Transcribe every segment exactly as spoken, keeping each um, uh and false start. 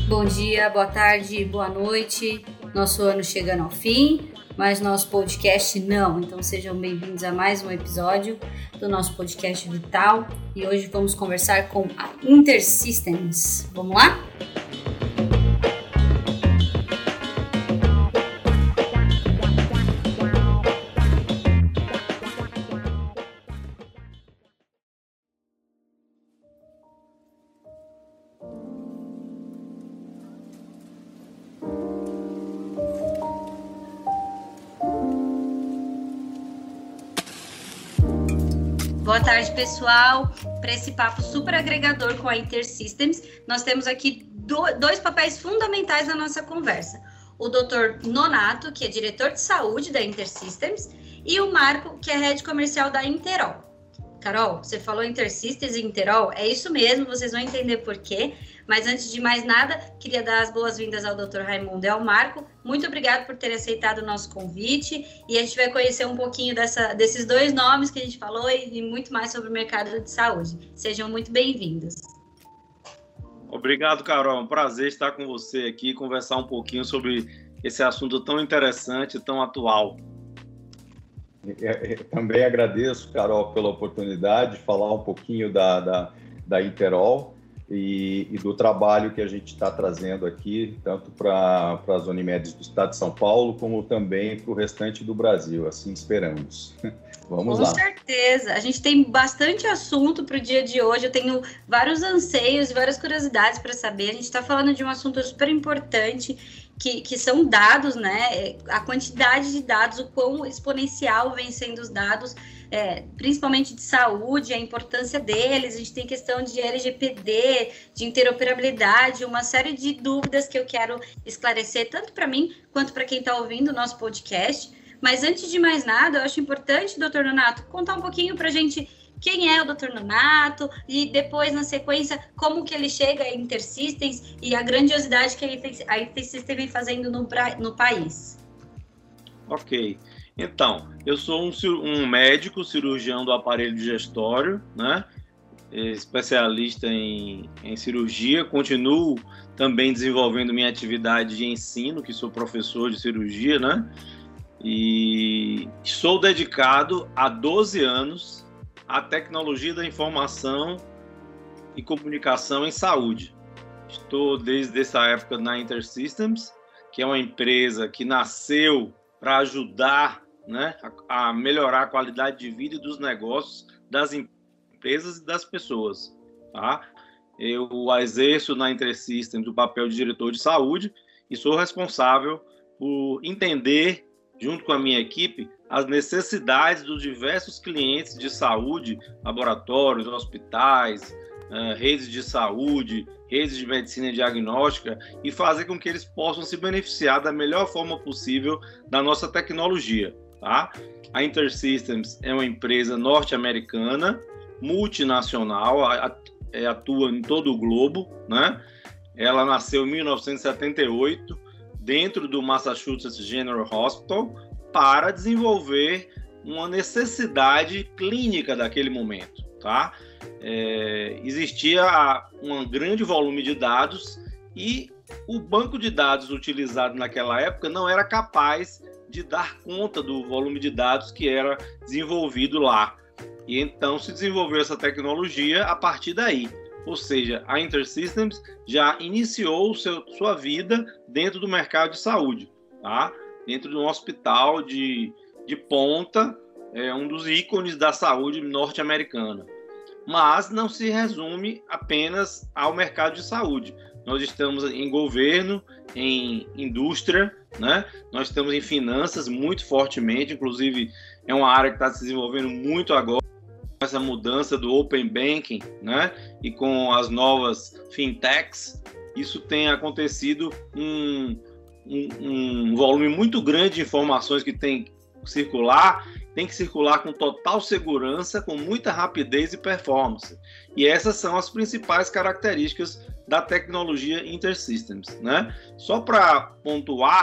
Bom dia, boa tarde, boa noite. Nosso ano chegando ao fim, mas nosso podcast não. Então sejam bem-vindos a mais um episódio do nosso podcast Vital. E hoje vamos conversar com a InterSystems. Vamos lá? Boa tarde, pessoal. Para esse papo super agregador com a InterSystems, nós temos aqui do, dois papéis fundamentais na nossa conversa. O doutor Nonato, que é diretor de saúde da InterSystems, e o Marco, que é head comercial da Interol. Carol, você falou InterSystems e Interol, é isso mesmo, vocês vão entender por quê. Mas antes de mais nada, queria dar as boas-vindas ao doutor Raimundo e ao Marco. Muito obrigado por ter aceitado o nosso convite. E a gente vai conhecer um pouquinho dessa, desses dois nomes que a gente falou e, e muito mais sobre o mercado de saúde. Sejam muito bem-vindos. Obrigado, Carol. É um prazer estar com você aqui e conversar um pouquinho sobre esse assunto tão interessante e tão atual. Eu também agradeço, Carol, pela oportunidade de falar um pouquinho da, da, da Interol. E, e do trabalho que a gente está trazendo aqui, tanto para as Unimedes do Estado de São Paulo, como também para o restante do Brasil, assim esperamos. Vamos Com lá. Com certeza, a gente tem bastante assunto para o dia de hoje, eu tenho vários anseios e várias curiosidades para saber, a gente está falando de um assunto super importante, que, que são dados, né, a quantidade de dados, o quão exponencial vem sendo os dados, É, principalmente de saúde, a importância deles, a gente tem questão de L G P D, de interoperabilidade, uma série de dúvidas que eu quero esclarecer, tanto para mim, quanto para quem está ouvindo o nosso podcast. Mas antes de mais nada, eu acho importante, doutor Nonato, contar um pouquinho para a gente quem é o doutor Nonato e depois, na sequência, como que ele chega a InterSystems e a grandiosidade que a InterSystems vem fazendo no, no país. Ok. Então, eu sou um, um médico, cirurgião do aparelho digestório, né? Especialista em, em cirurgia, continuo também desenvolvendo minha atividade de ensino, que sou professor de cirurgia, né? E sou dedicado há doze anos à tecnologia da informação e comunicação em saúde. Estou desde essa época na InterSystems, que é uma empresa que nasceu para ajudar, né, a, a melhorar a qualidade de vida e dos negócios das empresas e das pessoas. Tá? Eu exerço na InterSystems o papel de diretor de saúde e sou responsável por entender, junto com a minha equipe, as necessidades dos diversos clientes de saúde, laboratórios, hospitais, uh, redes de saúde, redes de medicina diagnóstica, e fazer com que eles possam se beneficiar da melhor forma possível da nossa tecnologia. Tá? A InterSystems é uma empresa norte-americana, multinacional, atua em todo o globo, né? Ela nasceu em mil novecentos e setenta e oito, dentro do Massachusetts General Hospital, para desenvolver uma necessidade clínica daquele momento. Tá? É, existia um grande volume de dados e o banco de dados utilizado naquela época não era capaz de dar conta do volume de dados que era desenvolvido lá. E então se desenvolveu essa tecnologia a partir daí. Ou seja, a InterSystems já iniciou seu, sua vida dentro do mercado de saúde, tá? Dentro de um hospital de, de ponta, é um dos ícones da saúde norte-americana. Mas não se resume apenas ao mercado de saúde. Nós estamos em governo, em indústria, né? Nós estamos em finanças muito fortemente, inclusive é uma área que está se desenvolvendo muito agora, com essa mudança do Open Banking, né? E com as novas fintechs, isso tem acontecido um, um, um volume muito grande de informações que tem que circular, tem que circular com total segurança, com muita rapidez e performance. E essas são as principais características da tecnologia InterSystems, né? Só para pontuar,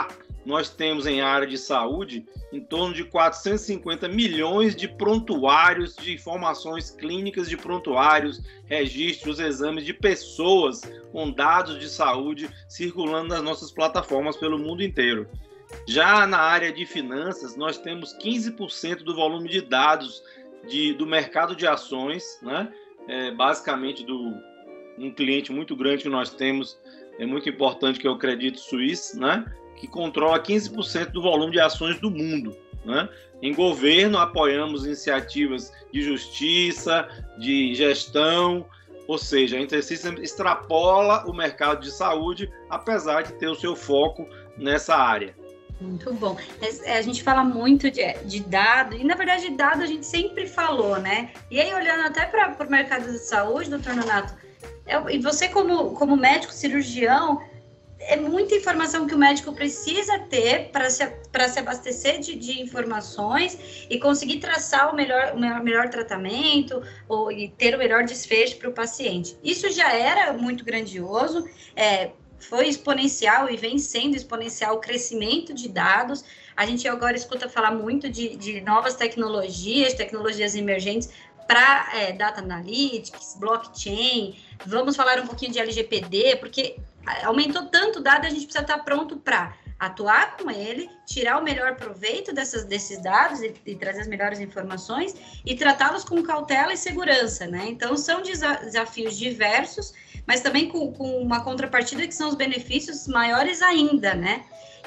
nós temos em área de saúde em torno de quatrocentos e cinquenta milhões de prontuários, de informações clínicas de prontuários, registros, exames de pessoas com dados de saúde circulando nas nossas plataformas pelo mundo inteiro. Já na área de finanças, nós temos quinze por cento do volume de dados de, do mercado de ações, né? É, basicamente do um cliente muito grande que nós temos, é muito importante, que é o Credit Suisse, né? Que controla quinze por cento do volume de ações do mundo, né? Em governo, apoiamos iniciativas de justiça, de gestão, ou seja, a InterSystems extrapola o mercado de saúde, apesar de ter o seu foco nessa área. Muito bom. A gente fala muito de, de dado, e na verdade dado a gente sempre falou, né? E aí, olhando até para o mercado de saúde, doutor Nonato, é, e você como, como médico cirurgião, é muita informação que o médico precisa ter para se, para se abastecer de, de informações e conseguir traçar o melhor, o melhor, melhor tratamento ou, e ter o melhor desfecho para o paciente. Isso já era muito grandioso, é, foi exponencial e vem sendo exponencial o crescimento de dados. A gente agora escuta falar muito de, de novas tecnologias, tecnologias emergentes para é, data analytics, blockchain. Vamos falar um pouquinho de L G P D, porque aumentou tanto o dado, a gente precisa estar pronto para atuar com ele, tirar o melhor proveito dessas, desses dados e, e trazer as melhores informações e tratá-los com cautela e segurança, né? Então, são desa- desafios diversos, mas também com, com uma contrapartida que são os benefícios maiores ainda, né?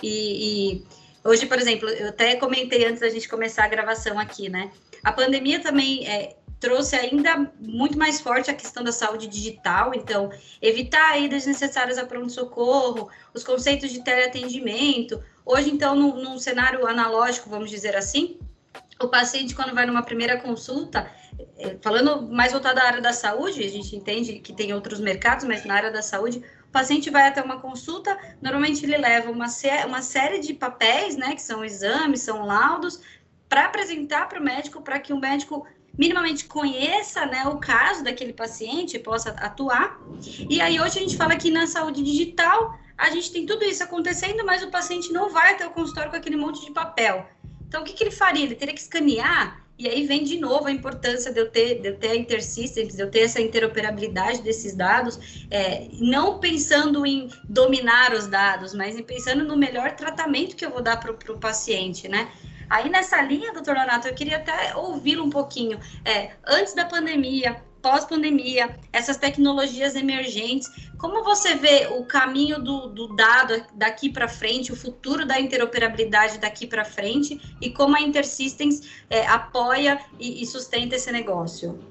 E, e hoje, por exemplo, eu até comentei antes da gente começar a gravação aqui, né? A pandemia também é, trouxe ainda muito mais forte a questão da saúde digital, então, evitar idas necessárias a pronto-socorro, os conceitos de teleatendimento. Hoje, então, num, num cenário analógico, vamos dizer assim, o paciente, quando vai numa primeira consulta, falando mais voltado à área da saúde, a gente entende que tem outros mercados, mas na área da saúde, o paciente vai até uma consulta, normalmente ele leva uma, sé- uma série de papéis, né, que são exames, são laudos, para apresentar para o médico, para que o médico minimamente conheça, né, o caso daquele paciente, possa atuar. E aí hoje a gente fala que na saúde digital, a gente tem tudo isso acontecendo, mas o paciente não vai até o consultório com aquele monte de papel. Então, o que, que ele faria? Ele teria que escanear, e aí vem de novo a importância de eu ter, de eu ter a InterSystems, de eu ter essa interoperabilidade desses dados, é, não pensando em dominar os dados, mas em pensando no melhor tratamento que eu vou dar para o paciente, né? Aí, nessa linha, doutor Nonato, eu queria até ouvi-lo um pouquinho. É, antes da pandemia, pós-pandemia, essas tecnologias emergentes, como você vê o caminho do, do dado daqui para frente, o futuro da interoperabilidade daqui para frente, e como a InterSystems é, apoia e, e sustenta esse negócio?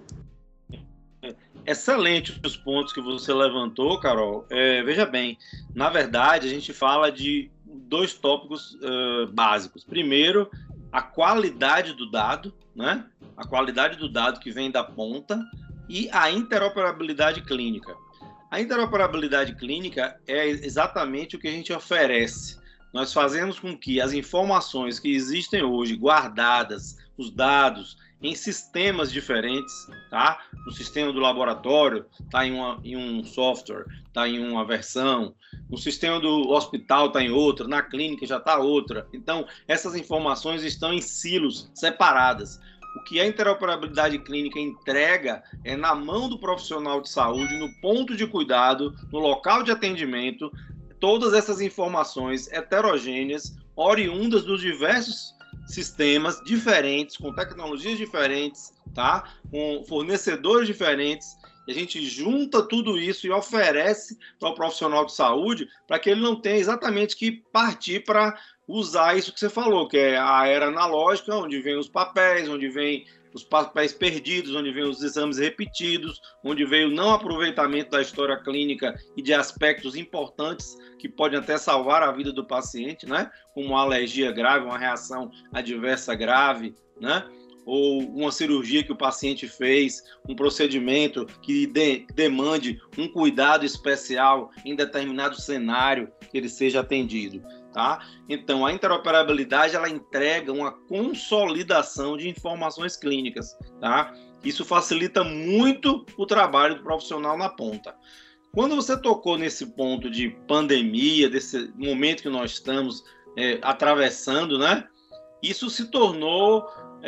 Excelente os pontos que você levantou, Carol. É, veja bem, na verdade, a gente fala de dois tópicos uh, básicos. Primeiro, a qualidade do dado, né? A qualidade do dado que vem da ponta, e a interoperabilidade clínica. A interoperabilidade clínica é exatamente o que a gente oferece. Nós fazemos com que as informações que existem hoje guardadas, os dados, em sistemas diferentes, tá? No sistema do laboratório está em, em um software, está em uma versão, no sistema do hospital está em outra, na clínica já está outra. Então, essas informações estão em silos separadas. O que a interoperabilidade clínica entrega é na mão do profissional de saúde, no ponto de cuidado, no local de atendimento, todas essas informações heterogêneas, oriundas dos diversos sistemas diferentes, com tecnologias diferentes, tá? Com fornecedores diferentes, e a gente junta tudo isso e oferece para o profissional de saúde para que ele não tenha exatamente que partir para usar isso que você falou, que é a era analógica, onde vem os papéis, onde vem os papéis perdidos, onde vem os exames repetidos, onde vem o não aproveitamento da história clínica e de aspectos importantes que podem até salvar a vida do paciente, né? Como uma alergia grave, uma reação adversa grave, né? Ou uma cirurgia que o paciente fez, um procedimento que de, demande um cuidado especial em determinado cenário que ele seja atendido, tá? Então, a interoperabilidade, ela entrega uma consolidação de informações clínicas, tá? Isso facilita muito o trabalho do profissional na ponta. Quando você tocou nesse ponto de pandemia, desse momento que nós estamos, é, atravessando, né? Isso se tornou,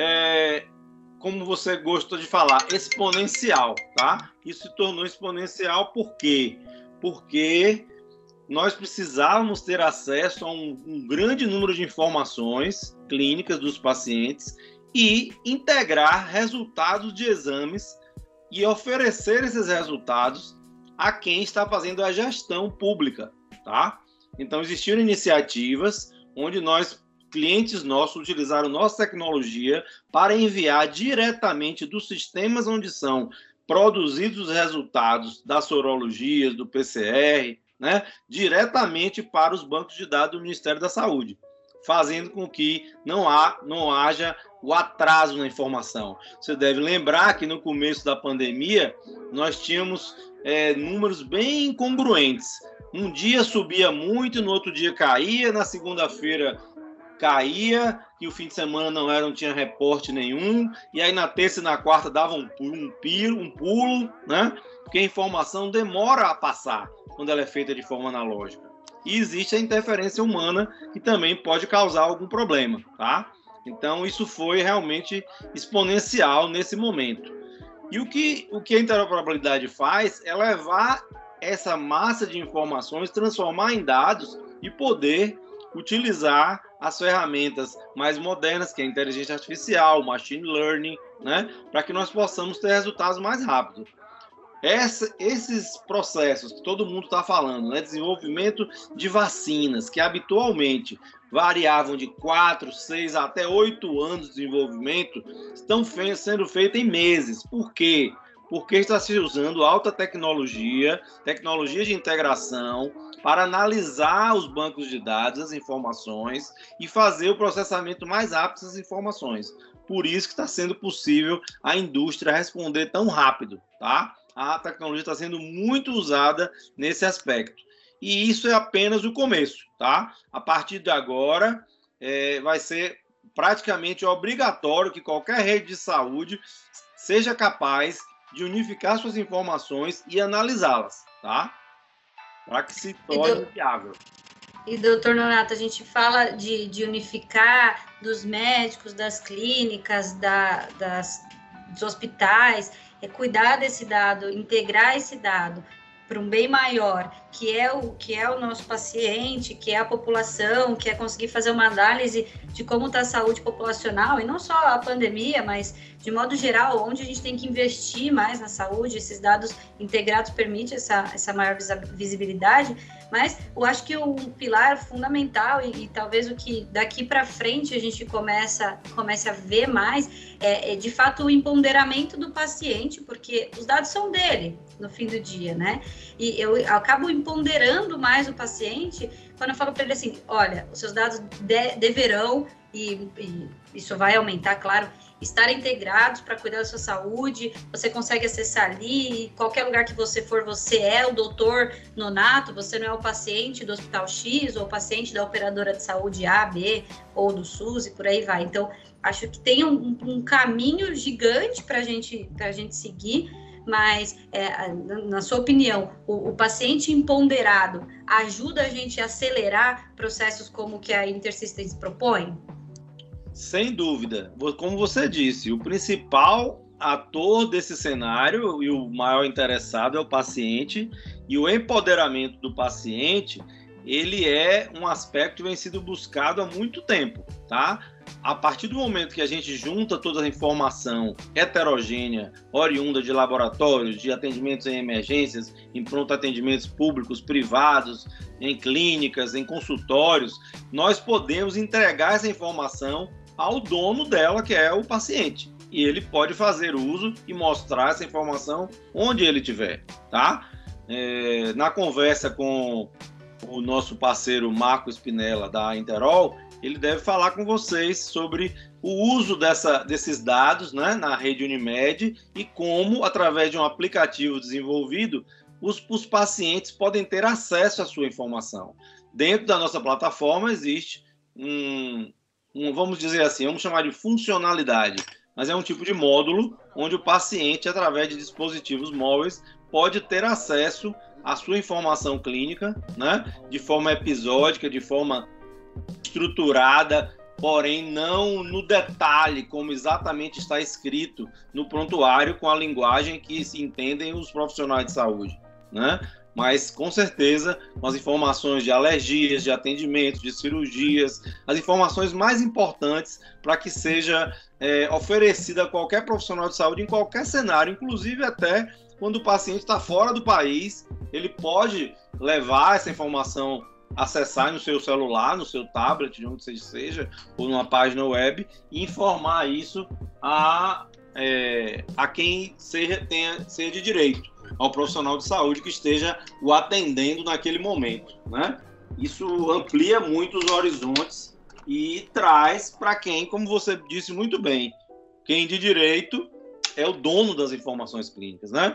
é, como você gosta de falar, exponencial, tá? Isso se tornou exponencial por quê? Porque nós precisávamos ter acesso a um, um grande número de informações clínicas dos pacientes e integrar resultados de exames e oferecer esses resultados a quem está fazendo a gestão pública, tá? Então, existiram iniciativas onde nós, clientes nossos, utilizaram nossa tecnologia para enviar diretamente dos sistemas onde são produzidos os resultados das sorologias, do P C R, né, diretamente para os bancos de dados do Ministério da Saúde, fazendo com que não, há, não haja o atraso na informação. Você deve lembrar que no começo da pandemia nós tínhamos é, números bem incongruentes. Um dia subia muito, no outro dia caía, na segunda-feira caía, e o fim de semana não, era, não tinha reporte nenhum, e aí na terça e na quarta dava um, um, piro, um pulo, né? Porque a informação demora a passar quando ela é feita de forma analógica. E existe a interferência humana, que também pode causar algum problema, tá? Então, isso foi realmente exponencial nesse momento. E o que, o que a interoperabilidade faz é levar essa massa de informações, transformar em dados e poder utilizar as ferramentas mais modernas, que é a inteligência artificial, o machine learning, né, para que nós possamos ter resultados mais rápidos. Essa, esses processos que todo mundo está falando, né, desenvolvimento de vacinas, que habitualmente variavam de quatro, seis até oito anos de desenvolvimento, estão fe- sendo feitos em meses. Por quê? Porque está se usando alta tecnologia, tecnologia de integração, para analisar os bancos de dados, as informações, e fazer o processamento mais rápido dessas informações. Por isso que está sendo possível a indústria responder tão rápido, tá? A tecnologia está sendo muito usada nesse aspecto. E isso é apenas o começo, tá? A partir de agora, é, vai ser praticamente obrigatório que qualquer rede de saúde seja capaz de unificar suas informações e analisá-las, tá? Para que se torne viável. E, doutor Nonato, a gente fala de, de unificar dos médicos, das clínicas, da, das, dos hospitais, é cuidar desse dado, integrar esse dado para um bem maior, que é, o, que é o nosso paciente, que é a população, que é conseguir fazer uma análise de como está a saúde populacional, e não só a pandemia, mas de modo geral, onde a gente tem que investir mais na saúde. Esses dados integrados permitem essa, essa maior visibilidade, mas eu acho que um pilar fundamental, e, e talvez o que daqui para frente a gente começa, comece a ver mais, é, é de fato o empoderamento do paciente, porque os dados são dele, no fim do dia, né? E eu acabo empoderando mais o paciente quando eu falo para ele assim, olha, os seus dados de, deverão, e, e isso vai aumentar, claro, estar integrados para cuidar da sua saúde, você consegue acessar ali, qualquer lugar que você for, você é o doutor Nonato, você não é o paciente do Hospital X, ou o paciente da operadora de saúde A, B, ou do SUS, e por aí vai. Então, acho que tem um, um caminho gigante para gente, a gente seguir, mas, é, na sua opinião, o, o paciente empoderado ajuda a gente a acelerar processos como que a InterSystems propõe? Sem dúvida. Como você disse, o principal ator desse cenário e o maior interessado é o paciente, e o empoderamento do paciente, ele é um aspecto que vem sendo buscado há muito tempo, tá? A partir do momento que a gente junta toda a informação heterogênea, oriunda de laboratórios, de atendimentos em emergências, em pronto atendimentos públicos, privados, em clínicas, em consultórios, nós podemos entregar essa informação ao dono dela, que é o paciente. E ele pode fazer uso e mostrar essa informação onde ele estiver, tá? É, na conversa com o nosso parceiro Marco Spinella, da Interol, ele deve falar com vocês sobre o uso dessa, desses dados, né, na rede Unimed, e como, através de um aplicativo desenvolvido, os, os pacientes podem ter acesso à sua informação. Dentro da nossa plataforma existe um, um, vamos dizer assim, vamos chamar de funcionalidade, mas é um tipo de módulo onde o paciente, através de dispositivos móveis, pode ter acesso à sua informação clínica, né, de forma episódica, de forma estruturada, porém não no detalhe, como exatamente está escrito no prontuário, com a linguagem que se entendem os profissionais de saúde, né? Mas, com certeza, com as informações de alergias, de atendimento, de cirurgias, as informações mais importantes para que seja é, oferecida a qualquer profissional de saúde em qualquer cenário, inclusive até quando o paciente está fora do país, ele pode levar essa informação, acessar no seu celular, no seu tablet, de onde seja, ou numa página web, e informar isso a, é, a quem seja, tenha, seja de direito, ao profissional de saúde que esteja o atendendo naquele momento, né? Isso amplia muito os horizontes e traz para quem, como você disse muito bem, quem de direito é o dono das informações clínicas, né?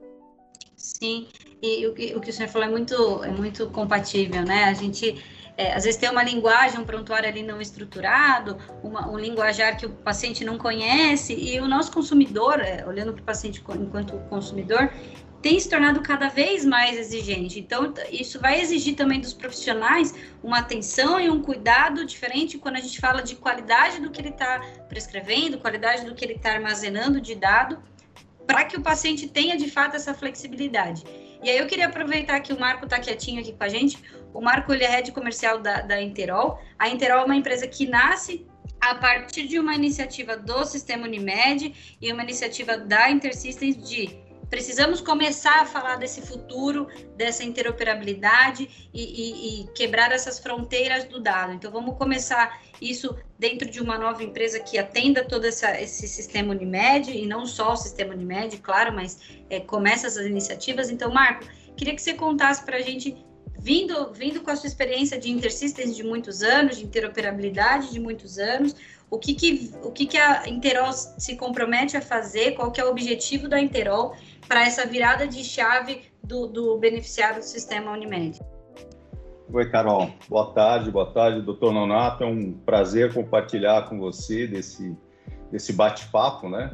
Sim, e o que, o que o senhor falou é muito, é muito compatível, né? A gente, é, às vezes, tem uma linguagem, um prontuário ali não estruturado, uma, um linguajar que o paciente não conhece, e o nosso consumidor, é, olhando para o paciente enquanto consumidor, tem se tornado cada vez mais exigente. Então, isso vai exigir também dos profissionais uma atenção e um cuidado diferente quando a gente fala de qualidade do que ele está prescrevendo, qualidade do que ele está armazenando de dado, para que o paciente tenha, de fato, essa flexibilidade. E aí eu queria aproveitar que o Marco está quietinho aqui com a gente. O Marco, ele é head comercial da, da Interol. A Interol é uma empresa que nasce a partir de uma iniciativa do Sistema Unimed e uma iniciativa da InterSystems de precisamos começar a falar desse futuro, dessa interoperabilidade e, e, e quebrar essas fronteiras do dado. Então, vamos começar isso dentro de uma nova empresa que atenda todo essa, esse sistema Unimed, e não só o sistema Unimed, claro, mas é, começa essas iniciativas. Então, Marco, queria que você contasse para a gente, vindo, vindo com a sua experiência de InterSystems de muitos anos, de interoperabilidade de muitos anos, o que, que, o que, que a Interol se compromete a fazer, qual que é o objetivo da Interol para essa virada de chave do, do beneficiário do sistema Unimed. Oi, Carol. Boa tarde, boa tarde, doutor Nonato. É um prazer compartilhar com você desse, desse bate-papo, né?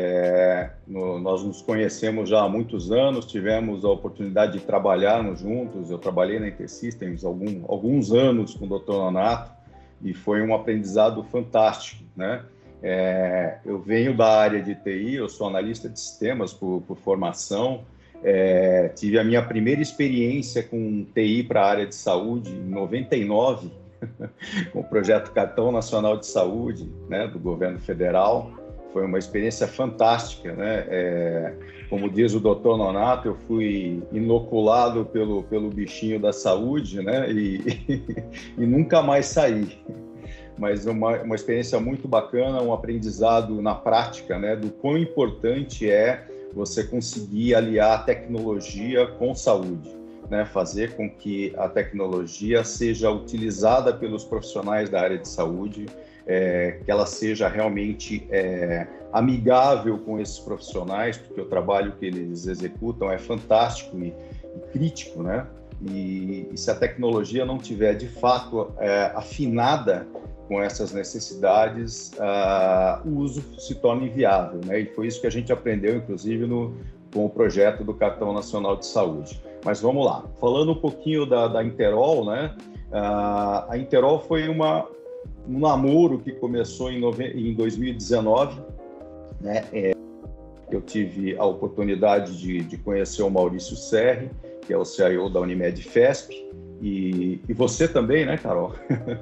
É, no, nós nos conhecemos já há muitos anos, tivemos a oportunidade de trabalharmos juntos. Eu trabalhei na InterSystems algum, alguns anos com o doutor Nonato e foi um aprendizado fantástico, né? É, eu venho da área de T I, eu sou analista de sistemas por, por formação, é, tive a minha primeira experiência com T I para a área de saúde em noventa e nove, com o projeto Cartão Nacional de Saúde, né, do governo federal. Foi uma experiência fantástica, né? É, como diz o doutor Nonato, eu fui inoculado pelo, pelo bichinho da saúde, né? E, e, e nunca mais saí. Mas uma, uma experiência muito bacana, um aprendizado na prática, né? Do quão importante é você conseguir aliar a tecnologia com saúde, né? Fazer com que a tecnologia seja utilizada pelos profissionais da área de saúde, É, que ela seja realmente é, amigável com esses profissionais, porque o trabalho que eles executam é fantástico e, e crítico, né? E, e se a tecnologia não tiver, de fato, é, afinada com essas necessidades, uh, o uso se torna inviável, né? E foi isso que a gente aprendeu, inclusive, no, com o projeto do Cartão Nacional de Saúde. Mas vamos lá. Falando um pouquinho da, da Interol, né? Uh, a Interol foi uma... um namoro que começou em, nove... em dois mil e dezenove, né? É, eu tive a oportunidade de, de conhecer o Maurício Serri, que é o C I O da Unimed Fesp, e, e você também, né, Carol?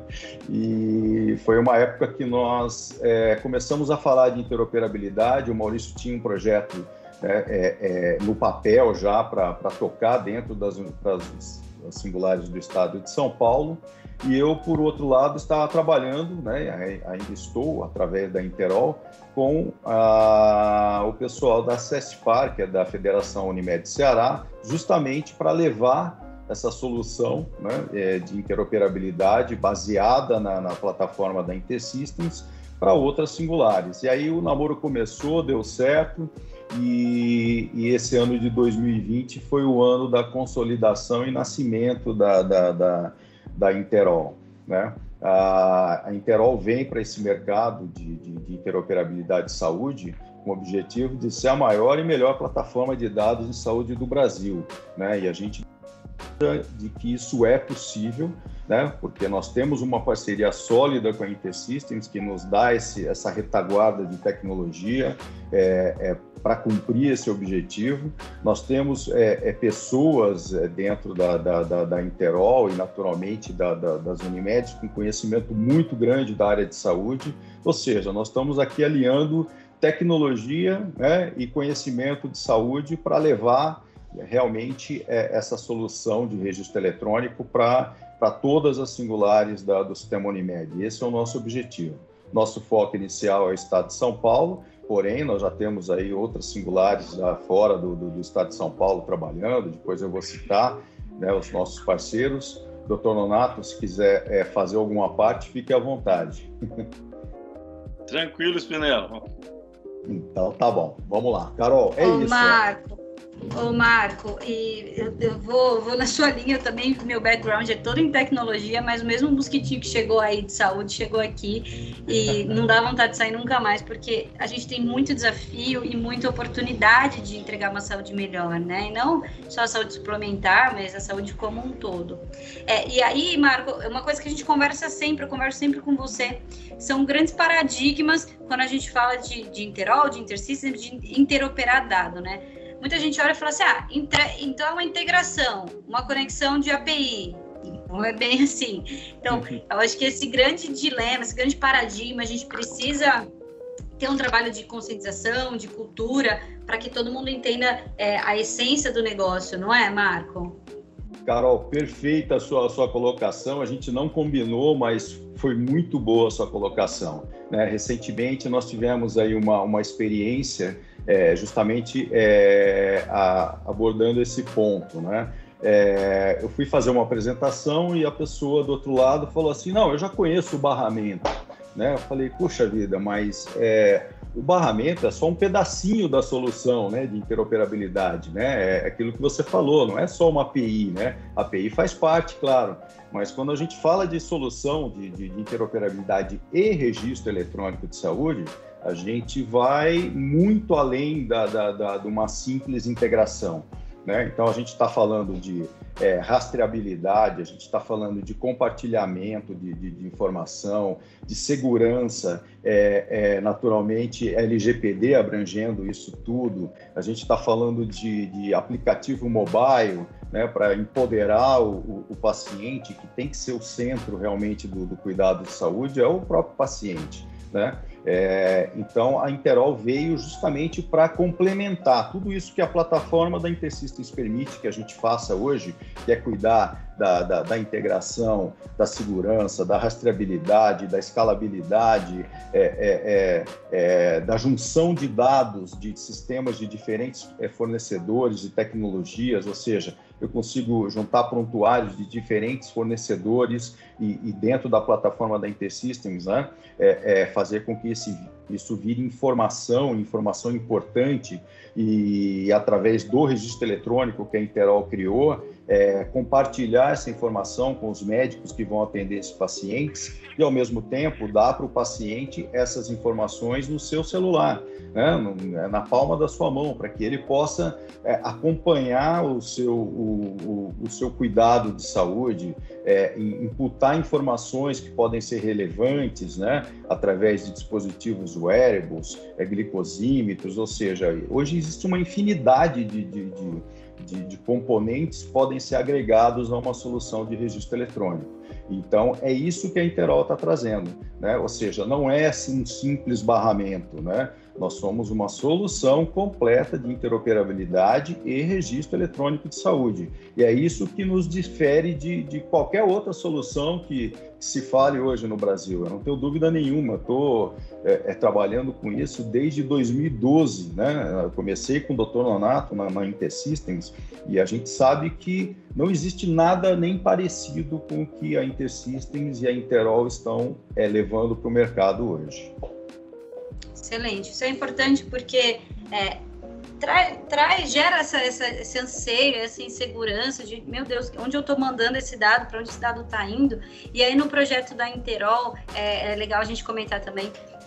E foi uma época que nós é, começamos a falar de interoperabilidade. O Maurício tinha um projeto né, é, é, no papel já para tocar dentro das, das singulares do estado de São Paulo, e eu, por outro lado, estava trabalhando, né, ainda estou, através da Interol, com a, o pessoal da CESPAR, que é da Federação Unimed Ceará, justamente para levar essa solução né, de interoperabilidade baseada na, na plataforma da InterSystems para outras singulares. E aí o namoro começou, deu certo, e, e esse ano de dois mil e vinte foi o ano da consolidação e nascimento da, da, da, da Interol, né? A, a Interol vem para esse mercado de, de, de interoperabilidade de saúde com o objetivo de ser a maior e melhor plataforma de dados de saúde do Brasil, né? E a gente de que isso é possível, né? Porque nós temos uma parceria sólida com a InterSystems que nos dá esse, essa retaguarda de tecnologia é, é, para cumprir esse objetivo. Nós temos é, é, pessoas é, dentro da, da, da, da Interol e, naturalmente, da, da, das Unimedes com conhecimento muito grande da área de saúde, ou seja, nós estamos aqui aliando tecnologia, né, e conhecimento de saúde para levar realmente é, essa solução de registro eletrônico para para todas as singulares da, do sistema Unimed. Esse é o nosso objetivo. Nosso foco inicial é o estado de São Paulo, porém nós já temos aí outras singulares lá fora do, do, do estado de São Paulo trabalhando, depois eu vou citar, né, os nossos parceiros. doutor Nonato, se quiser é, fazer alguma parte, fique à vontade. Tranquilo, Spinello. Então tá bom, vamos lá. Carol, é Ô, isso. Marco, ô Marco, e eu, eu vou, vou na sua linha também, meu background é todo em tecnologia, mas o mesmo mosquitinho que chegou aí de saúde, chegou aqui e não dá vontade de sair nunca mais, porque a gente tem muito desafio e muita oportunidade de entregar uma saúde melhor, né? E não só a saúde suplementar, mas a saúde como um todo. É, e aí, Marco, uma coisa que a gente conversa sempre, eu converso sempre com você, são grandes paradigmas quando a gente fala de, de Interol, de InterSystems, de interoperar dado, né? Muita gente olha e fala assim, ah, então é uma integração, uma conexão de A P I. Não é bem assim. Então, eu acho que esse grande dilema, esse grande paradigma, a gente precisa ter um trabalho de conscientização, de cultura, para que todo mundo entenda é, a essência do negócio, não é, Marco? Carol, perfeita a sua, a sua colocação. A gente não combinou, mas foi muito boa a sua colocação, né? Recentemente, nós tivemos aí uma, uma experiência é, justamente é, a, abordando esse ponto, né? É, eu fui fazer uma apresentação e a pessoa do outro lado falou assim, não, eu já conheço o barramento, né? Eu falei, puxa vida, mas é, o barramento é só um pedacinho da solução, né, de interoperabilidade, né? É aquilo que você falou, não é só uma A P I, né? A API I faz parte, claro, mas quando a gente fala de solução de, de, de interoperabilidade e registro eletrônico de saúde, a gente vai muito além da, da, da, de uma simples integração, né? Então, a gente está falando de é, rastreabilidade, a gente está falando de compartilhamento de, de, de informação, de segurança, é, é, naturalmente, L G P D abrangendo isso tudo, a gente está falando de, de aplicativo mobile, né, para empoderar o, o, o paciente, que tem que ser o centro realmente do, do cuidado de saúde, é o próprio paciente, né? É, então, a Interol veio justamente para complementar tudo isso que a plataforma da InterSystems permite que a gente faça hoje, que é cuidar da, da, da integração, da segurança, da rastreabilidade, da escalabilidade, é, é, é, da junção de dados de sistemas de diferentes fornecedores e tecnologias, ou seja, eu consigo juntar prontuários de diferentes fornecedores e, e dentro da plataforma da InterSystems, né, é, é fazer com que esse, isso vire informação, informação importante e, através do registro eletrônico que a Interol criou, é, compartilhar essa informação com os médicos que vão atender esses pacientes e, ao mesmo tempo, dar para o paciente essas informações no seu celular, né, no, na palma da sua mão, para que ele possa é, acompanhar o seu, o, o, o seu cuidado de saúde, é, imputar informações que podem ser relevantes, né, através de dispositivos wearables, é, glicosímetros, ou seja, hoje existe uma infinidade de, de, de De, de componentes podem ser agregados a uma solução de registro eletrônico. Então, é isso que a Interol está trazendo, né? Ou seja, não é assim, um simples barramento, né? Nós somos uma solução completa de interoperabilidade e registro eletrônico de saúde. E é isso que nos difere de, de qualquer outra solução que, que se fale hoje no Brasil. Eu não tenho dúvida nenhuma, estou é, é, trabalhando com isso desde dois mil e doze, né? Eu comecei com o doutor Nonato na, na InterSystems e a gente sabe que não existe nada nem parecido com o que a InterSystems e a Interol estão é, levando para o mercado hoje. Excelente, isso é importante porque é, traz, traz, gera essa, essa, esse anseio, essa insegurança de, meu Deus, onde eu estou mandando esse dado, para onde esse dado está indo. E aí no projeto da Interol, é, é legal a gente comentar também,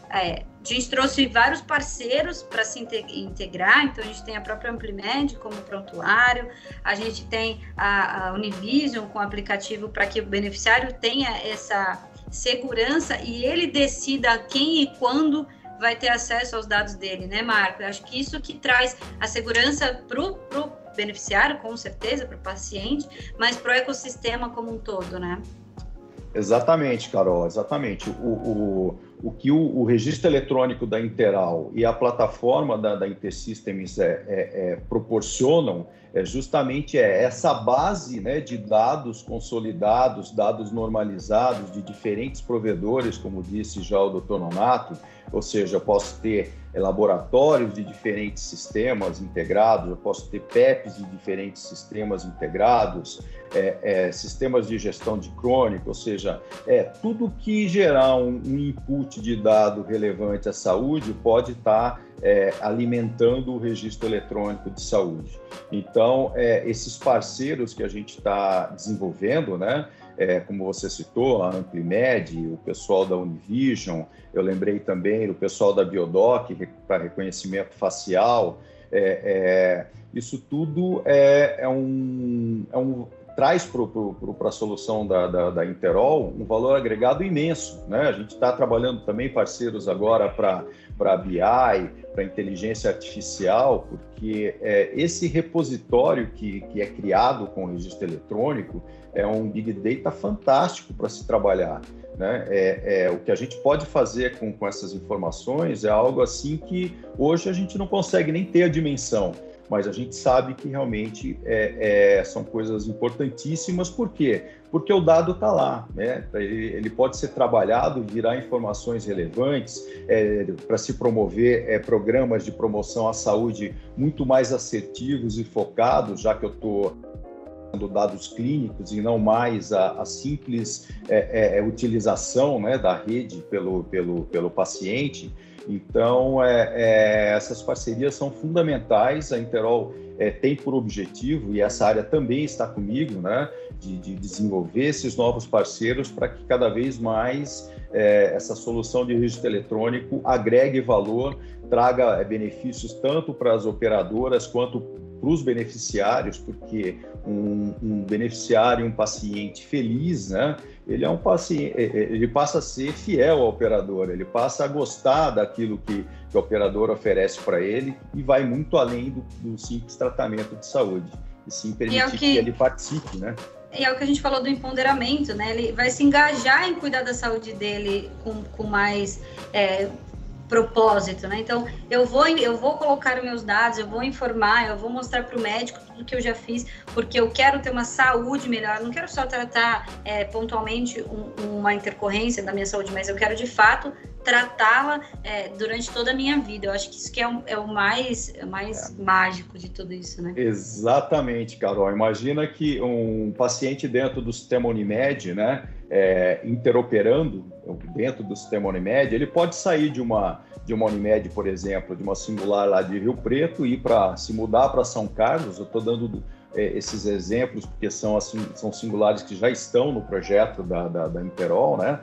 é, a gente trouxe vários parceiros para se integrar, então a gente tem a própria Amplimed como prontuário, a gente tem a, a Univision com aplicativo para que o beneficiário tenha essa segurança e ele decida quem e quando vai ter acesso aos dados dele, né, Marco? Eu acho que isso que traz a segurança para o beneficiário, com certeza, para o paciente, mas para o ecossistema como um todo, né? Exatamente, Carol, exatamente. O, o, o que o, o registro eletrônico da Interal e a plataforma da, da InterSystems é, é, é, proporcionam é justamente é essa base, né, de dados consolidados, dados normalizados de diferentes provedores, como disse já o doutor Nonato, ou seja, eu posso ter laboratórios de diferentes sistemas integrados, eu posso ter P E Ps de diferentes sistemas integrados, é, é, sistemas de gestão de crônica, ou seja, é, tudo que gerar um, um input de dado relevante à saúde pode estar é, alimentando o registro eletrônico de saúde. Então, é, esses parceiros que a gente está desenvolvendo, né, É, como você citou, a Amplimed, o pessoal da Univision, eu lembrei também do pessoal da Biodoc para reconhecimento facial, é, é, isso tudo é, é um, é um, traz para a solução da, da, da Interol um valor agregado imenso, né? A gente está trabalhando também parceiros agora para para B I, para inteligência artificial, porque é, esse repositório que, que é criado com o registro eletrônico é um Big Data fantástico para se trabalhar, né? É, é, o que a gente pode fazer com, com essas informações é algo assim que hoje a gente não consegue nem ter a dimensão, mas a gente sabe que realmente é, é, são coisas importantíssimas. Por quê? Porque o dado está lá, né? Ele, ele pode ser trabalhado, virar informações relevantes é, para se promover é, programas de promoção à saúde muito mais assertivos e focados, já que eu estou dando dados clínicos e não mais a, a simples é, é, utilização, né, da rede pelo, pelo, pelo paciente. Então, é, é, essas parcerias são fundamentais. A Interol é, tem por objetivo, e essa área também está comigo, né, de, de desenvolver esses novos parceiros para que cada vez mais é, essa solução de registro eletrônico agregue valor, traga é, benefícios tanto para as operadoras quanto para os beneficiários, porque um, um beneficiário, um paciente feliz, né, ele é um paciente, ele passa a ser fiel ao operador, ele passa a gostar daquilo que, que o operador oferece para ele e vai muito além do, do simples tratamento de saúde, e sim permitir e é que... que ele participe, né? E é o que a gente falou do empoderamento, né? Ele vai se engajar em cuidar da saúde dele com, com mais é, propósito, né? Então, eu vou, eu vou colocar os meus dados, eu vou informar, eu vou mostrar para o médico tudo que eu já fiz, porque eu quero ter uma saúde melhor, eu não quero só tratar é, pontualmente um, uma intercorrência da minha saúde, mas eu quero, de fato, tratá-la é, durante toda a minha vida. Eu acho que isso que é, um, é o mais, é o mais é. mágico de tudo isso, né? Exatamente, Carol. Imagina que um paciente dentro do sistema Unimed, né, é, interoperando dentro do sistema Unimed, ele pode sair de uma, de uma Unimed, por exemplo, de uma singular lá de Rio Preto e ir para se mudar para São Carlos. Eu estou dando é, esses exemplos porque são, assim, são singulares que já estão no projeto da, da, da Interol, né?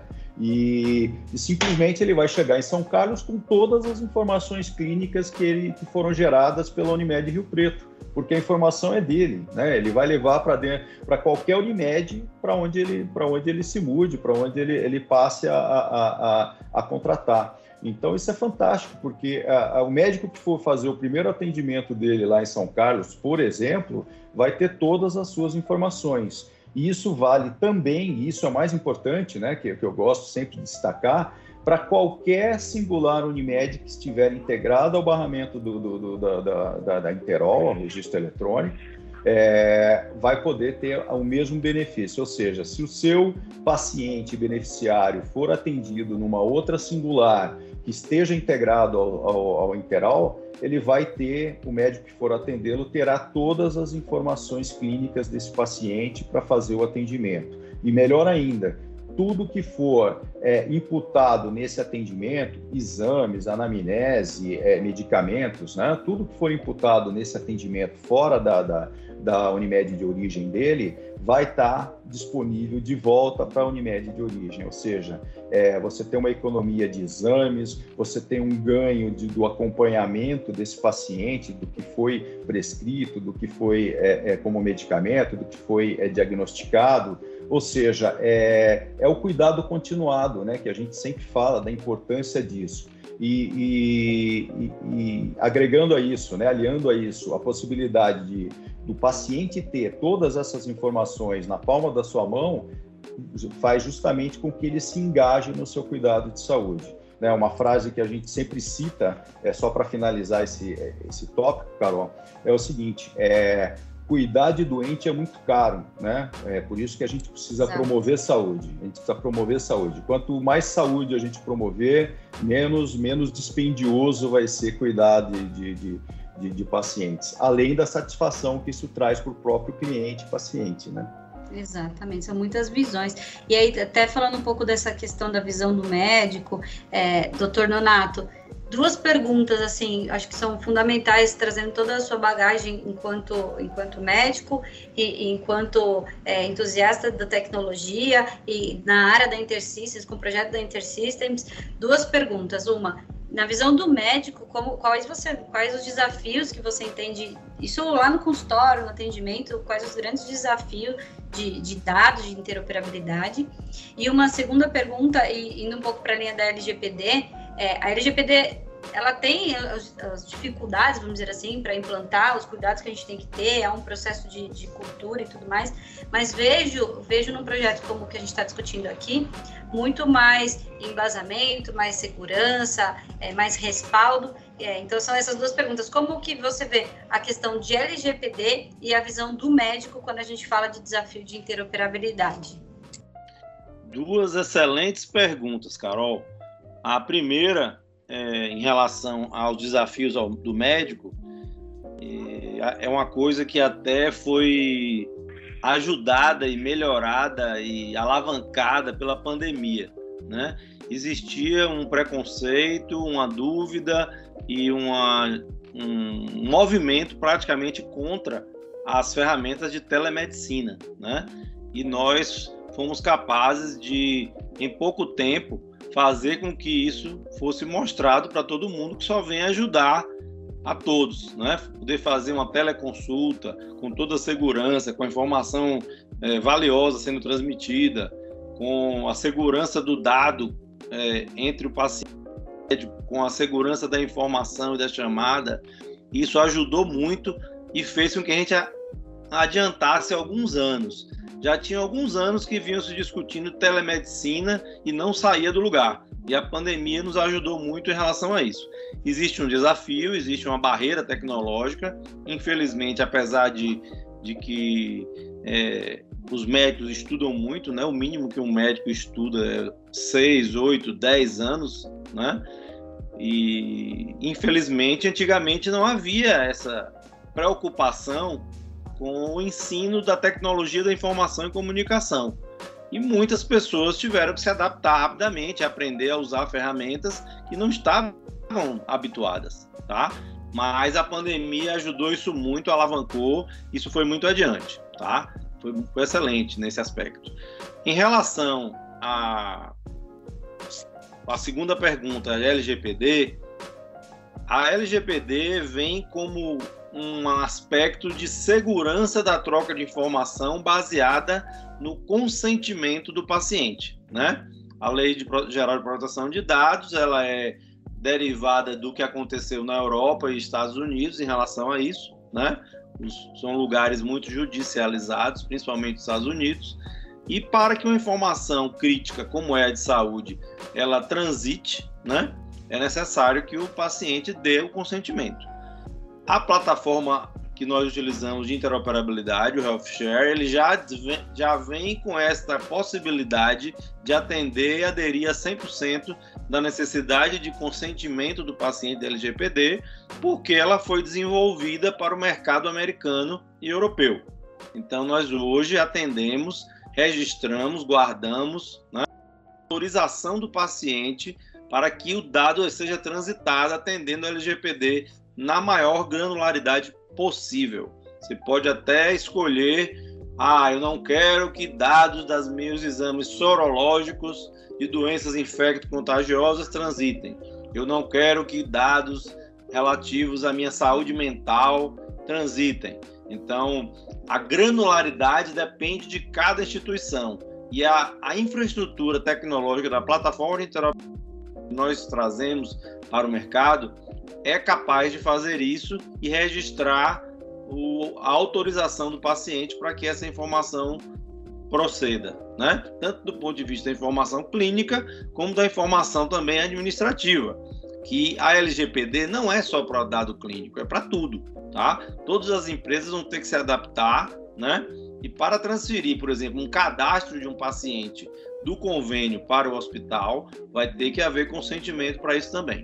E, e simplesmente ele vai chegar em São Carlos com todas as informações clínicas que, ele, que foram geradas pela Unimed Rio Preto, porque a informação é dele, né? Ele vai levar para dentro, para qualquer Unimed, para onde ele, para onde ele se mude, para onde ele, ele passe a, a, a, a contratar. Então isso é fantástico, porque a, a, o médico que for fazer o primeiro atendimento dele lá em São Carlos, por exemplo, vai ter todas as suas informações. E isso vale também, e isso é mais importante, né, que, que eu gosto sempre de destacar, para qualquer singular Unimed que estiver integrado ao barramento do, do, do, da, da, da Interol, ao registro eletrônico, é, vai poder ter o mesmo benefício. Ou seja, se o seu paciente beneficiário for atendido numa outra singular que esteja integrado ao, ao, ao Interol, ele vai ter, o médico que for atendê-lo terá todas as informações clínicas desse paciente para fazer o atendimento. E melhor ainda, tudo que for é, imputado nesse atendimento, exames, anamnese, é, medicamentos, né? Tudo que for imputado nesse atendimento fora da, da, da Unimed de origem dele, vai estar disponível de volta para a Unimed de origem, ou seja, é, você tem uma economia de exames, você tem um ganho de, do acompanhamento desse paciente, do que foi prescrito, do que foi é, é, como medicamento, do que foi é, diagnosticado, ou seja, é, é o cuidado continuado, né, que a gente sempre fala da importância disso. E, e, e, e agregando a isso, né, aliando a isso, a possibilidade de, do paciente ter todas essas informações na palma da sua mão, faz justamente com que ele se engaje no seu cuidado de saúde. Né, uma frase que a gente sempre cita, é, só para finalizar esse, esse tópico, Carol, é o seguinte, é, cuidar de doente é muito caro, né? É por isso que a gente precisa Exato. promover saúde. A gente precisa promover saúde. Quanto mais saúde a gente promover, menos, menos dispendioso vai ser cuidar de, de, de, de, de pacientes. Além da satisfação que isso traz para o próprio cliente e paciente, né? Exatamente, são muitas visões. E aí, até falando um pouco dessa questão da visão do médico, é, doutor Nonato, duas perguntas, assim, acho que são fundamentais, trazendo toda a sua bagagem enquanto, enquanto médico e, e enquanto é, entusiasta da tecnologia e na área da InterSystems, com o projeto da InterSystems. Duas perguntas. Uma, na visão do médico, como, quais, você, quais os desafios que você entende, isso lá no consultório, no atendimento, quais os grandes desafios de, de dados, de interoperabilidade? E uma segunda pergunta, e indo um pouco para a linha da L G P D, É, a L G P D, ela tem as, as dificuldades, vamos dizer assim, para implantar os cuidados que a gente tem que ter, é um processo de, de cultura e tudo mais, mas vejo, vejo num projeto como o que a gente está discutindo aqui, muito mais embasamento, mais segurança, é, mais respaldo. É, então, são essas duas perguntas. Como que você vê a questão de L G P D e a visão do médico quando a gente fala de desafio de interoperabilidade? Duas excelentes perguntas, Carol. A primeira, é, em relação aos desafios ao, do médico, é, é uma coisa que até foi ajudada e melhorada e alavancada pela pandemia, né? Existia um preconceito, uma dúvida e uma, um movimento praticamente contra as ferramentas de telemedicina, né? E nós fomos capazes de, em pouco tempo, fazer com que isso fosse mostrado para todo mundo, que só vem ajudar a todos, né? Poder fazer uma teleconsulta com toda a segurança, com a informação é, valiosa sendo transmitida, com a segurança do dado é, entre o paciente, com a segurança da informação e da chamada. Isso ajudou muito e fez com que a gente adiantasse alguns anos. Já tinha alguns anos que vinham se discutindo telemedicina e não saía do lugar. E a pandemia nos ajudou muito em relação a isso. Existe um desafio, existe uma barreira tecnológica. Infelizmente, apesar de, de que é, os médicos estudam muito, né? O mínimo que um médico estuda é seis, oito, dez anos, né? E, infelizmente, antigamente não havia essa preocupação com o ensino da tecnologia da informação e comunicação. E muitas pessoas tiveram que se adaptar rapidamente, aprender a usar ferramentas que não estavam habituadas, tá? Mas a pandemia ajudou isso muito, alavancou, isso foi muito adiante, tá? Foi, foi excelente nesse aspecto. Em relação à a, a segunda pergunta, a L G P D, a L G P D vem como um aspecto de segurança da troca de informação baseada no consentimento do paciente, né? A Lei de Geral de Proteção de Dados, ela é derivada do que aconteceu na Europa e Estados Unidos em relação a isso, né? São lugares muito judicializados, principalmente nos Estados Unidos, e para que uma informação crítica como é a de saúde, ela transite, né? É necessário que o paciente dê o consentimento. A plataforma que nós utilizamos de interoperabilidade, o HealthShare, ele já, já vem com esta possibilidade de atender e aderir a cem por cento da necessidade de consentimento do paciente da L G P D, porque ela foi desenvolvida para o mercado americano e europeu. Então, nós hoje atendemos, registramos, guardamos, né, a autorização do paciente para que o dado seja transitado atendendo a L G P D na maior granularidade possível. Você pode até escolher Ah, eu não quero que dados dos meus exames sorológicos de doenças infecto-contagiosas transitem. Eu não quero que dados relativos à minha saúde mental transitem. Então, a granularidade depende de cada instituição. E a, a infraestrutura tecnológica da plataforma de interoperabilidade que nós trazemos para o mercado é capaz de fazer isso e registrar o, a autorização do paciente para que essa informação proceda, né? Tanto do ponto de vista da informação clínica, como da informação também administrativa, que a L G P D não é só para dado clínico, é para tudo, tá? Todas as empresas vão ter que se adaptar, né? E para transferir, por exemplo, um cadastro de um paciente do convênio para o hospital, vai ter que haver consentimento para isso também.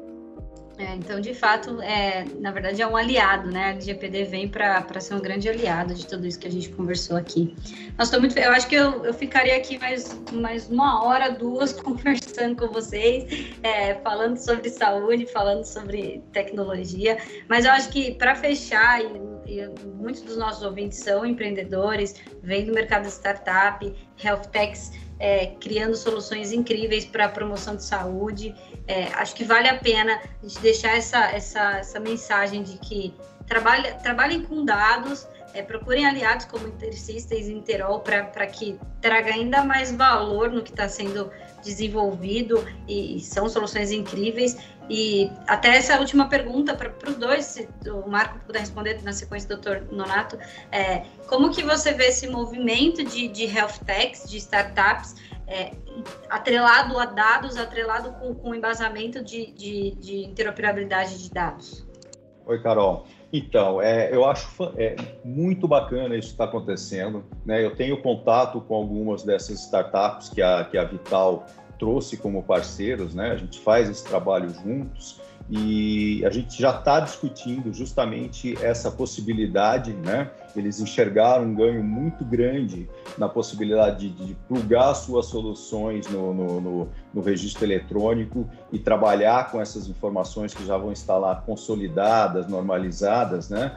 É, então, de fato, é, na verdade, é um aliado, né? A L G P D vem para ser um grande aliado de tudo isso que a gente conversou aqui. Nós estou muito, eu acho que eu, eu ficaria aqui mais, mais uma hora, duas, conversando com vocês, é, falando sobre saúde, falando sobre tecnologia, mas eu acho que, para fechar, e, e muitos dos nossos ouvintes são empreendedores, vêm do mercado de startup, health techs, É, criando soluções incríveis para a promoção de saúde. É, acho que vale a pena a gente deixar essa, essa, essa mensagem de que trabalhe, trabalhem com dados, é, procurem aliados como InterSystems e Interol para que traga ainda mais valor no que está sendo desenvolvido, e, e são soluções incríveis. E até essa última pergunta para os dois, se o Marco puder responder na sequência, doutor Nonato, é, como que você vê esse movimento de, de health techs, de startups, é, atrelado a dados, atrelado com, com embasamento de, de, de interoperabilidade de dados? Oi, Carol. Então, é, eu acho é, muito bacana isso que está acontecendo, né? Eu tenho contato com algumas dessas startups que a, que a Vital trouxe como parceiros, né? A gente faz esse trabalho juntos e a gente já está discutindo justamente essa possibilidade, né? Eles enxergaram um ganho muito grande na possibilidade de, de plugar suas soluções no, no, no, no registro eletrônico e trabalhar com essas informações que já vão estar lá consolidadas, normalizadas, né?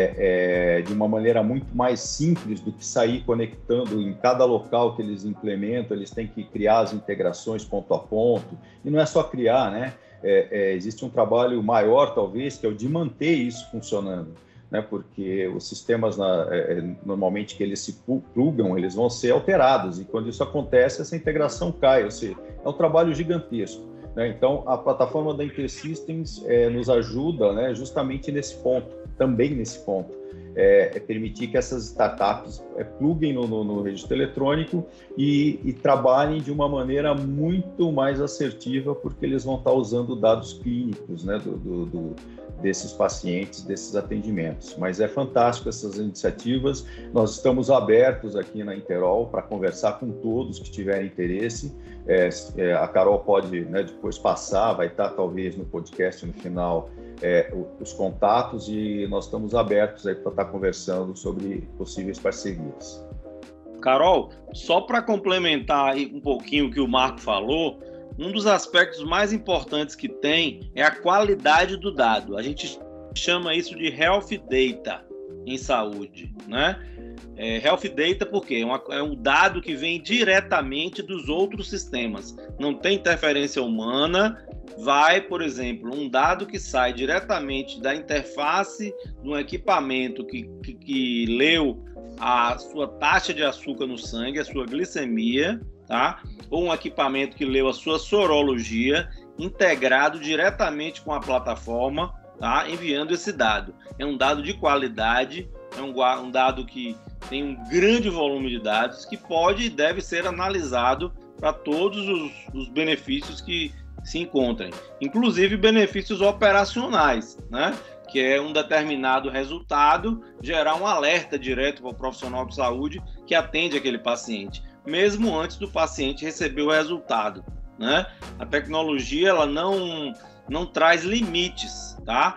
É, é, de uma maneira muito mais simples do que sair conectando em cada local que eles implementam. Eles têm que criar as integrações ponto a ponto, e não é só criar, né? É, é, existe um trabalho maior, talvez, que é o de manter isso funcionando, né? Porque os sistemas, na, é, normalmente, que eles se plugam, eles vão ser alterados, e quando isso acontece, essa integração cai, ou seja, é um trabalho gigantesco, né? Então, a plataforma da InterSystems é, nos ajuda, né, justamente nesse ponto, também nesse ponto, é, é permitir que essas startups é, pluguem no, no, no registro eletrônico e, e trabalhem de uma maneira muito mais assertiva, porque eles vão estar usando dados clínicos, né, do, do, do, desses pacientes, desses atendimentos. Mas é fantástico essas iniciativas. Nós estamos abertos aqui na Interol para conversar com todos que tiverem interesse. É, é, a Carol pode, né, depois passar, vai estar talvez no podcast no final, É, os contatos, e nós estamos abertos aí para estar conversando sobre possíveis parcerias. Carol, só para complementar um pouquinho o que o Marco falou, um dos aspectos mais importantes que tem é a qualidade do dado. A gente chama isso de Health Data em saúde, né? É, Health Data porque é, uma, é um dado que vem diretamente dos outros sistemas, não tem interferência humana. Vai, por exemplo, um dado que sai diretamente da interface de um equipamento que, que, que leu a sua taxa de açúcar no sangue, a sua glicemia, tá? Ou um equipamento que leu a sua sorologia, integrado diretamente com a plataforma, tá? Enviando esse dado. É um dado de qualidade, é um, um dado que tem um grande volume de dados que pode e deve ser analisado para todos os, os benefícios que se encontrem, inclusive benefícios operacionais, né? Que é um determinado resultado gerar um alerta direto para o profissional de saúde que atende aquele paciente, mesmo antes do paciente receber o resultado, né? A tecnologia, ela não, não traz limites, tá?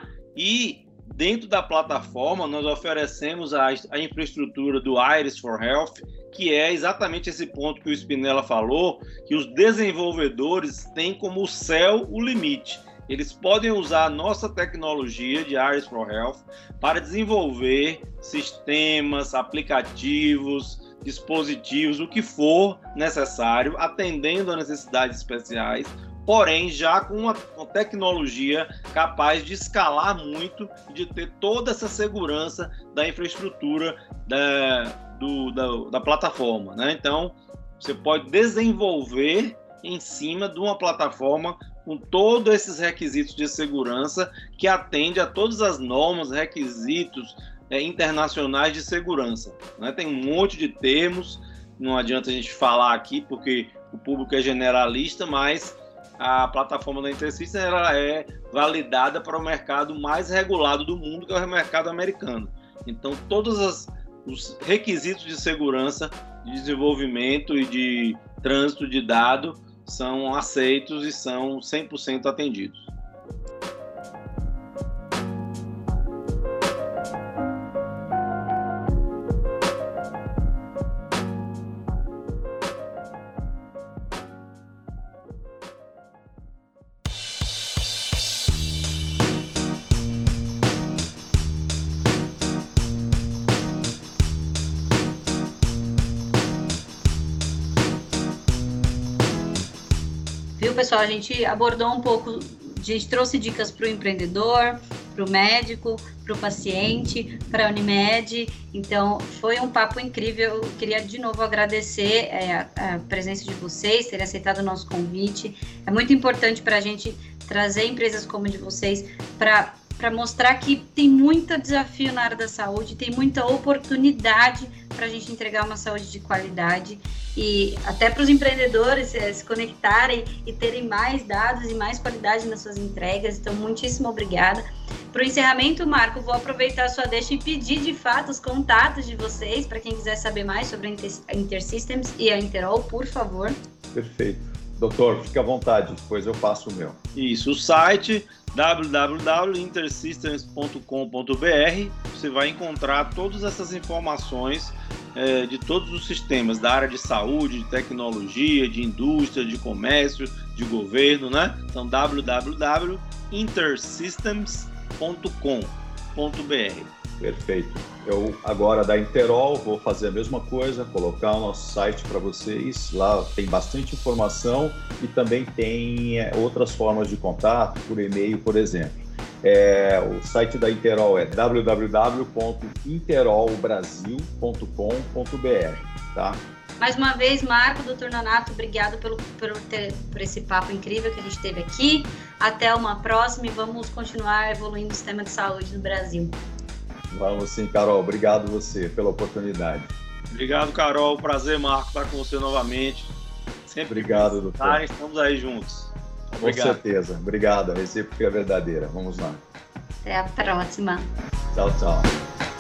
E dentro da plataforma nós oferecemos a, a infraestrutura do Iris for Health, que é exatamente esse ponto que o Spinella falou, que os desenvolvedores têm como o céu o limite. eles podem usar a nossa tecnologia de Ares for Health para desenvolver sistemas, aplicativos, dispositivos, o que for necessário, atendendo a necessidades especiais, porém já com uma, uma tecnologia capaz de escalar muito e de ter toda essa segurança da infraestrutura da, do, da, da plataforma, né? Então, você pode desenvolver em cima de uma plataforma com todos esses requisitos de segurança que atende a todas as normas, requisitos é, internacionais de segurança, né? Tem um monte de termos, não adianta a gente falar aqui porque o público é generalista, mas a plataforma da InterSystems ela é validada para o mercado mais regulado do mundo, que é o mercado americano. Então, todos as, os requisitos de segurança, de desenvolvimento e de trânsito de dado são aceitos e são cem por cento atendidos. Pessoal, a gente abordou um pouco, a gente trouxe dicas para o empreendedor, para o médico, para o paciente, para a Unimed. Então, foi um papo incrível. Eu queria de novo agradecer é, a, a presença de vocês, terem aceitado o nosso convite. É muito importante para a gente trazer empresas como a de vocês para para mostrar que tem muito desafio na área da saúde, tem muita oportunidade para a gente entregar uma saúde de qualidade e até para os empreendedores é, se conectarem e terem mais dados e mais qualidade nas suas entregas. Então, muitíssimo obrigada. Para o encerramento, Marco, vou aproveitar a sua deixa e pedir de fato os contatos de vocês para quem quiser saber mais sobre a InterSystems e a Interol, por favor. Perfeito. Doutor, fique à vontade, depois eu passo o meu. Isso, o site w w w ponto intersystems ponto com ponto b r, você vai encontrar todas essas informações é, de todos os sistemas da área de saúde, de tecnologia, de indústria, de comércio, de governo, né? Então, w w w ponto intersystems ponto com ponto b r. Perfeito. Eu agora da Interol vou fazer a mesma coisa, colocar o nosso site para vocês. Lá tem bastante informação e também tem é, outras formas de contato, por e-mail, por exemplo. É, o site da Interol é w w w ponto interol brasil ponto com ponto b r, tá? Mais uma vez, Marco, doutor Nonato, obrigado pelo, pelo ter, por esse papo incrível que a gente teve aqui. Até uma próxima e vamos continuar evoluindo o sistema de saúde no Brasil. Vamos sim, Carol. Obrigado você pela oportunidade. Obrigado, Carol. Prazer, Marco, estar com você novamente. Sempre Obrigado, doutor. Tá, estamos aí juntos. Obrigado. Com certeza. Obrigado. A recíproca é verdadeira. Vamos lá. Até a próxima. Tchau, tchau.